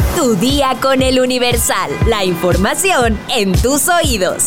Tu día con el Universal. La información en tus oídos.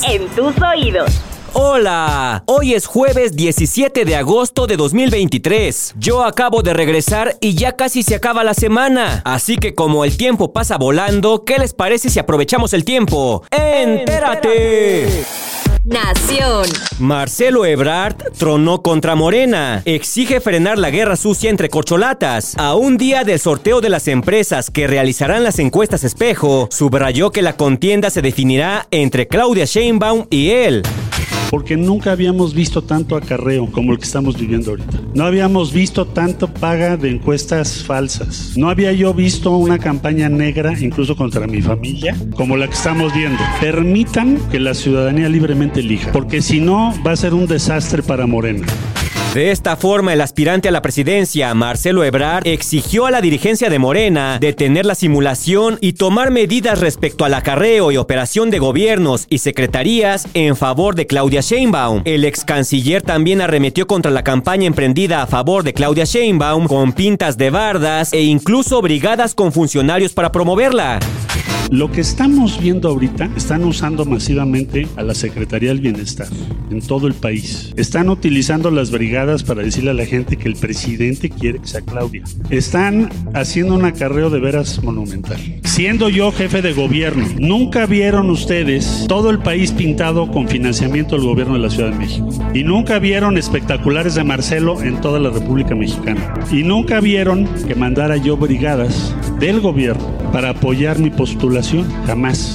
Hola, hoy es jueves 17 de agosto de 2023. Yo acabo de regresar y ya casi se acaba la semana. Así que como el tiempo pasa volando, ¿qué les parece si aprovechamos el tiempo? ¡Entérate! Nación. Marcelo Ebrard tronó contra Morena. Exige frenar la guerra sucia entre corcholatas. A un día del sorteo de las empresas que realizarán las encuestas espejo, subrayó que la contienda se definirá entre Claudia Sheinbaum y él. Porque nunca habíamos visto tanto acarreo como el que estamos viviendo ahorita. No habíamos visto tanto paga de encuestas falsas. No había yo visto una campaña negra, incluso contra mi familia, como la que estamos viendo. Permitan que la ciudadanía libremente elija, porque si no, va a ser un desastre para Morena. De esta forma, el aspirante a la presidencia, Marcelo Ebrard, exigió a la dirigencia de Morena detener la simulación y tomar medidas respecto al acarreo y operación de gobiernos y secretarías en favor de Claudia Sheinbaum. El ex canciller también arremetió contra la campaña emprendida a favor de Claudia Sheinbaum con pintas de bardas e incluso brigadas con funcionarios para promoverla. Lo que estamos viendo ahorita, están usando masivamente a la Secretaría del Bienestar en todo el país. Están utilizando las brigadas para decirle a la gente que el presidente quiere que sea Claudia. Están haciendo un acarreo de veras monumental. Siendo yo jefe de gobierno, nunca vieron ustedes todo el país pintado con financiamiento del gobierno de la Ciudad de México. Y nunca vieron espectaculares de Marcelo en toda la República Mexicana. Y nunca vieron que mandara yo brigadas del gobierno para apoyar mi postulación. Jamás.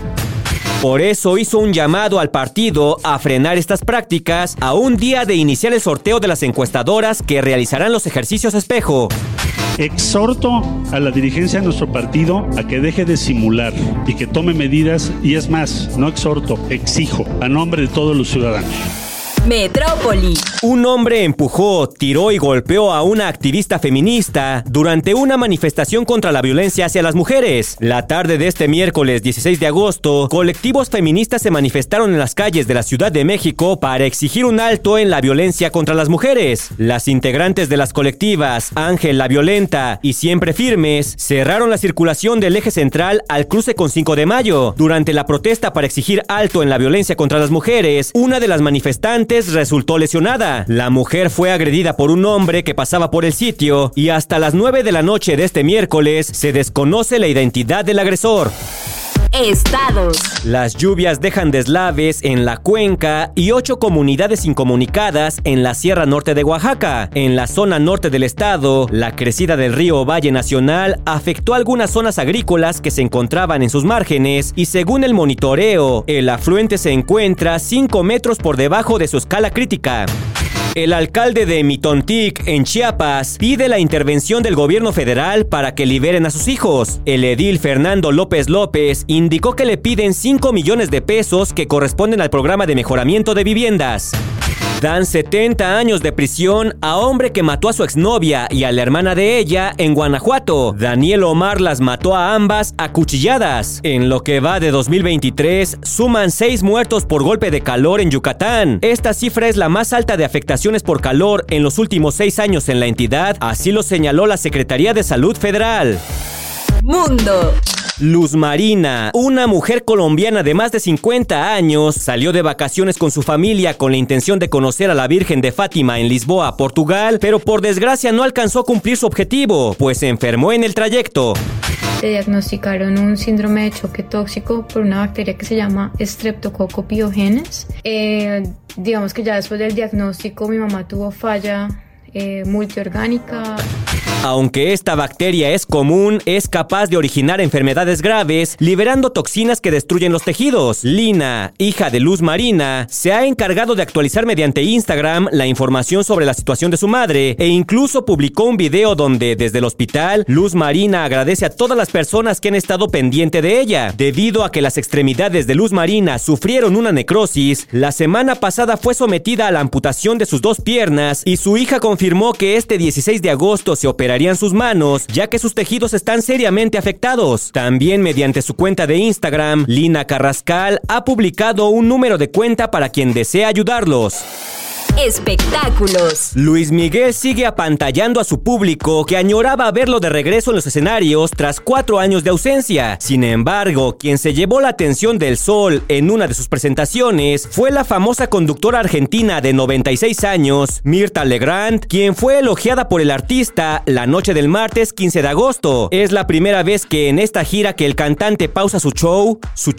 Por eso hizo un llamado al partido a frenar estas prácticas a un día de iniciar el sorteo de las encuestadoras que realizarán los ejercicios espejo. Exhorto a la dirigencia de nuestro partido a que deje de simular y que tome medidas, y es más, no exhorto, exijo, a nombre de todos los ciudadanos. Metrópoli. Un hombre empujó, tiró y golpeó a una activista feminista durante una manifestación contra la violencia hacia las mujeres. La tarde de este miércoles 16 de agosto, colectivos feministas se manifestaron en las calles de la Ciudad de México para exigir un alto en la violencia contra las mujeres. Las integrantes de las colectivas Ángel la Violenta y Siempre Firmes cerraron la circulación del eje central al cruce con 5 de mayo. Durante la protesta para exigir alto en la violencia contra las mujeres, una de las manifestantes resultó lesionada. La mujer fue agredida por un hombre que pasaba por el sitio y hasta las 9 de la noche de este miércoles se desconoce la identidad del agresor. Estados. Las lluvias dejan deslaves en la Cuenca y 8 comunidades incomunicadas en la Sierra Norte de Oaxaca. En la zona norte del estado, la crecida del río Valle Nacional afectó algunas zonas agrícolas que se encontraban en sus márgenes y según el monitoreo, el afluente se encuentra 5 metros por debajo de su escala crítica. El alcalde de Mitontic, en Chiapas, pide la intervención del gobierno federal para que liberen a sus hijos. El edil Fernando López López indicó que le piden 5 millones de pesos que corresponden al programa de mejoramiento de viviendas. Dan 70 años de prisión a hombre que mató a su exnovia y a la hermana de ella en Guanajuato. Daniel Omar las mató a ambas a cuchilladas. En lo que va de 2023, suman 6 muertos por golpe de calor en Yucatán. Esta cifra es la más alta de afectaciones por calor en los últimos 6 años en la entidad, así lo señaló la Secretaría de Salud Federal. Mundo. Luz Marina, una mujer colombiana de más de 50 años, salió de vacaciones con su familia con la intención de conocer a la Virgen de Fátima en Lisboa, Portugal, pero por desgracia no alcanzó a cumplir su objetivo, pues se enfermó en el trayecto. Le diagnosticaron un síndrome de choque tóxico por una bacteria que se llama Streptococcus pyogenes. Digamos que ya después del diagnóstico mi mamá tuvo falla multiorgánica. Aunque esta bacteria es común, es capaz de originar enfermedades graves, liberando toxinas que destruyen los tejidos. Lina, hija de Luz Marina, se ha encargado de actualizar mediante Instagram la información sobre la situación de su madre e incluso publicó un video donde, desde el hospital, Luz Marina agradece a todas las personas que han estado pendiente de ella. Debido a que las extremidades de Luz Marina sufrieron una necrosis, la semana pasada fue sometida a la amputación de sus 2 piernas y su hija confirmó que este 16 de agosto se operarían sus manos, ya que sus tejidos están seriamente afectados. También mediante su cuenta de Instagram, Lina Carrascal ha publicado un número de cuenta para quien desea ayudarlos. espectáculos. Luis Miguel sigue apantallando a su público que añoraba verlo de regreso en los escenarios tras 4 años de ausencia. Sin embargo, quien se llevó la atención del Sol en una de sus presentaciones fue la famosa conductora argentina de 96 años, Mirtha Legrand, quien fue elogiada por el artista la noche del martes 15 de agosto. Es la primera vez que en esta gira que el cantante pausa su show.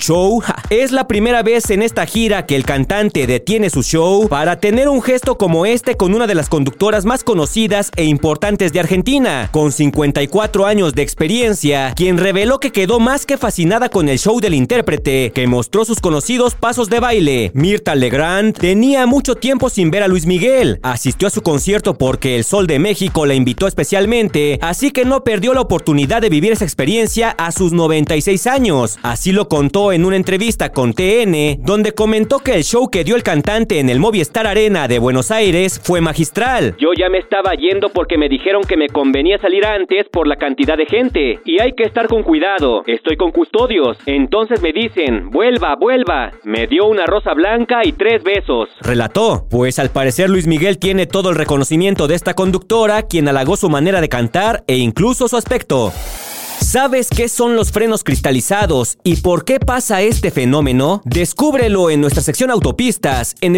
Es la primera vez en esta gira que el cantante detiene su show para tener un gesto como este con una de las conductoras más conocidas e importantes de Argentina, con 54 años de experiencia, quien reveló que quedó más que fascinada con el show del intérprete, que mostró sus conocidos pasos de baile. Mirtha Legrand tenía mucho tiempo sin ver a Luis Miguel. Asistió a su concierto porque el Sol de México la invitó especialmente, así que no perdió la oportunidad de vivir esa experiencia a sus 96 años. Así lo contó en una entrevista con TN, donde comentó que el show que dio el cantante en el Movistar Arena de Buenos Aires fue magistral. Yo ya me estaba yendo porque me dijeron que me convenía salir antes por la cantidad de gente, y hay que estar con cuidado, estoy con custodios, entonces me dicen, vuelva, me dio una rosa blanca y 3 besos. Relató, pues al parecer Luis Miguel tiene todo el reconocimiento de esta conductora, quien halagó su manera de cantar e incluso su aspecto. ¿Sabes qué son los frenos cristalizados y por qué pasa este fenómeno? Descúbrelo en nuestra sección autopistas en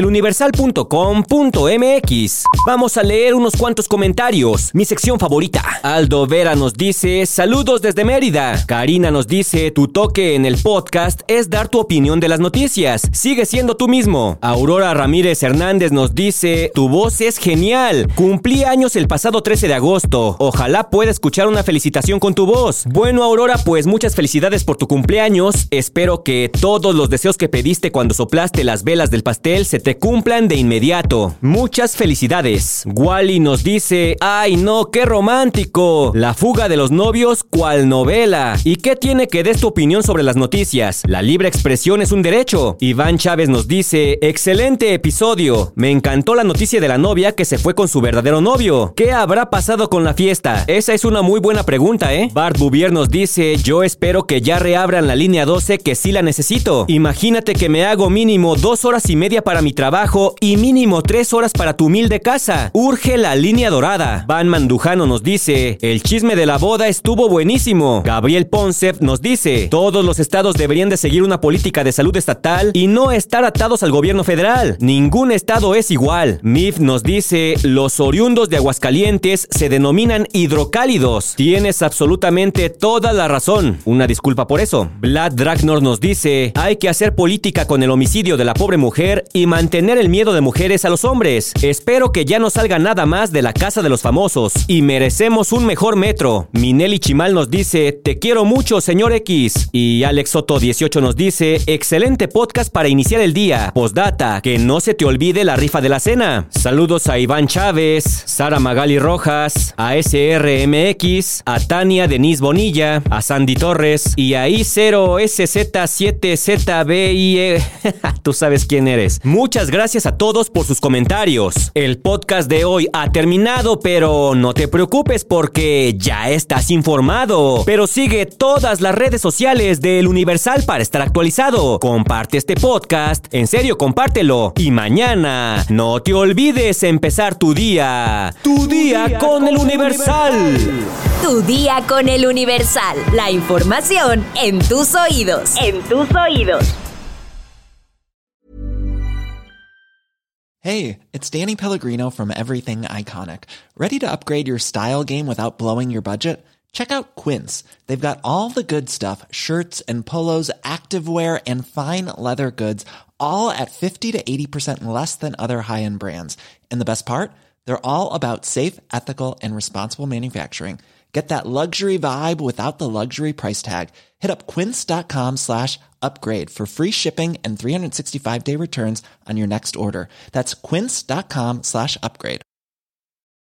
eluniversal.com.mx. Vamos a leer unos cuantos comentarios. Mi sección favorita. Aldo Vera nos dice, saludos desde Mérida. Karina nos dice, tu toque en el podcast es dar tu opinión de las noticias. Sigue siendo tú mismo. Aurora Ramírez Hernández nos dice, tu voz es genial. Cumplí años el pasado 13 de agosto. Ojalá pueda escuchar una felicitación con tu voz. Bueno, Aurora, pues muchas felicidades por tu cumpleaños. Espero que todos los deseos que pediste cuando soplaste las velas del pastel se te cumplan de inmediato. Muchas felicidades. Wally nos dice, ¡ay no, qué romántico! La fuga de los novios, ¿cuál novela? ¿Y qué tiene que des tu opinión sobre las noticias? La libre expresión es un derecho. Iván Chávez nos dice, excelente episodio. Me encantó la noticia de la novia que se fue con su verdadero novio. ¿Qué habrá pasado con la fiesta? Esa es una muy buena pregunta, ¿eh? Bart Bouvier nos dice, yo espero que ya reabran la línea 12 que sí la necesito. Imagínate que me hago mínimo 2 horas y media para mi trabajo y mínimo 3 horas para tu humilde casa. Urge la línea dorada. Van Mandujano nos dice, el chisme de la boda estuvo buenísimo. Gabriel Poncev nos dice, todos los estados deberían de seguir una política de salud estatal y no estar atados al gobierno federal. Ningún estado es igual. Mif nos dice, los oriundos de Aguascalientes se denominan hidrocálidos. Tienes absolutamente toda la razón. Una disculpa por eso. Vlad Dragnor nos dice, hay que hacer política con el homicidio de la pobre mujer y mantener el miedo de mujeres a los hombres. Espero que ya no salga nada más de la casa de los famosos y merecemos un mejor metro. Minelli Chimal nos dice, te quiero mucho, señor X. Y Alex Soto 18 nos dice, excelente podcast para iniciar el día. Postdata, que no se te olvide la rifa de la cena. Saludos a Iván Chávez, Sara Magali Rojas, a SRMX, a Tania Denise Bonilla, a Sandy Torres y a I0SZ7ZBIE. Tú sabes quién eres. Muchas gracias a todos por sus comentarios. El podcast de hoy ha terminado, pero no te preocupes porque ya estás informado. Pero sigue todas las redes sociales de El Universal para estar actualizado. Comparte este podcast, en serio, compártelo. Y mañana no te olvides empezar tu día. Tu día con El Universal. Tu día con El Universal. La información en tus oídos. En tus oídos. Hey, it's Danny Pellegrino from Everything Iconic. Ready to upgrade your style game without blowing your budget? Check out Quince. They've got all the good stuff, shirts and polos, activewear, and fine leather goods, all at 50 to 80% less than other high-end brands. And the best part? They're all about safe, ethical, and responsible manufacturing. Get that luxury vibe without the luxury price tag. Hit up quince.com/upgrade for free shipping and 365-day returns on your next order. That's quince.com/upgrade.